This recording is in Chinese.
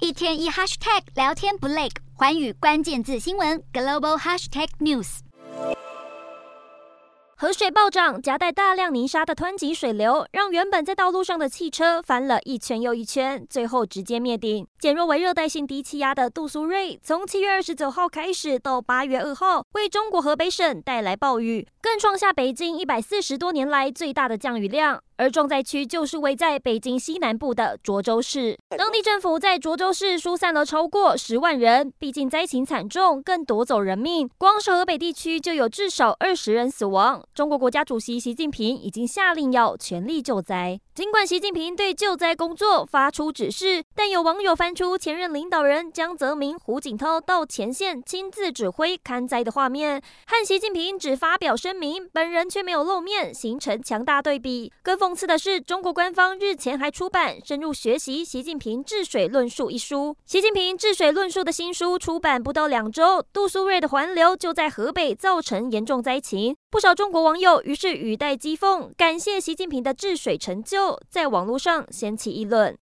一天一 hashtag 聊天不累，寰宇关键字新闻 global hashtag news。 河水暴涨，夹带大量泥沙的湍急水流，让原本在道路上的汽车翻了一圈又一圈，最后直接灭顶。减弱为热带性低气压的杜苏芮，从7月29号开始到8月2号，为中国河北省带来暴雨，更创下北京140多年来最大的降雨量。而重灾区就是位在北京西南部的涿州市，当地政府在涿州市疏散了超过10万人，毕竟灾情惨重，更夺走人命。光是河北地区就有至少20人死亡。中国国家主席习近平已经下令要全力救灾。尽管习近平对救灾工作发出指示，但有网友翻出前任领导人江泽民、胡锦涛到前线亲自指挥勘灾的画面，和习近平只发表声明，本人却没有露面，形成强大对比。更讽刺的是，中国官方日前还出版《深入学习习近平治水论述》一书。习近平治水论述的新书出版不到2周，杜苏芮的环流就在河北造成严重灾情。不少中国网友于是语带讥讽，感谢习近平的治水成就，在网络上掀起议论。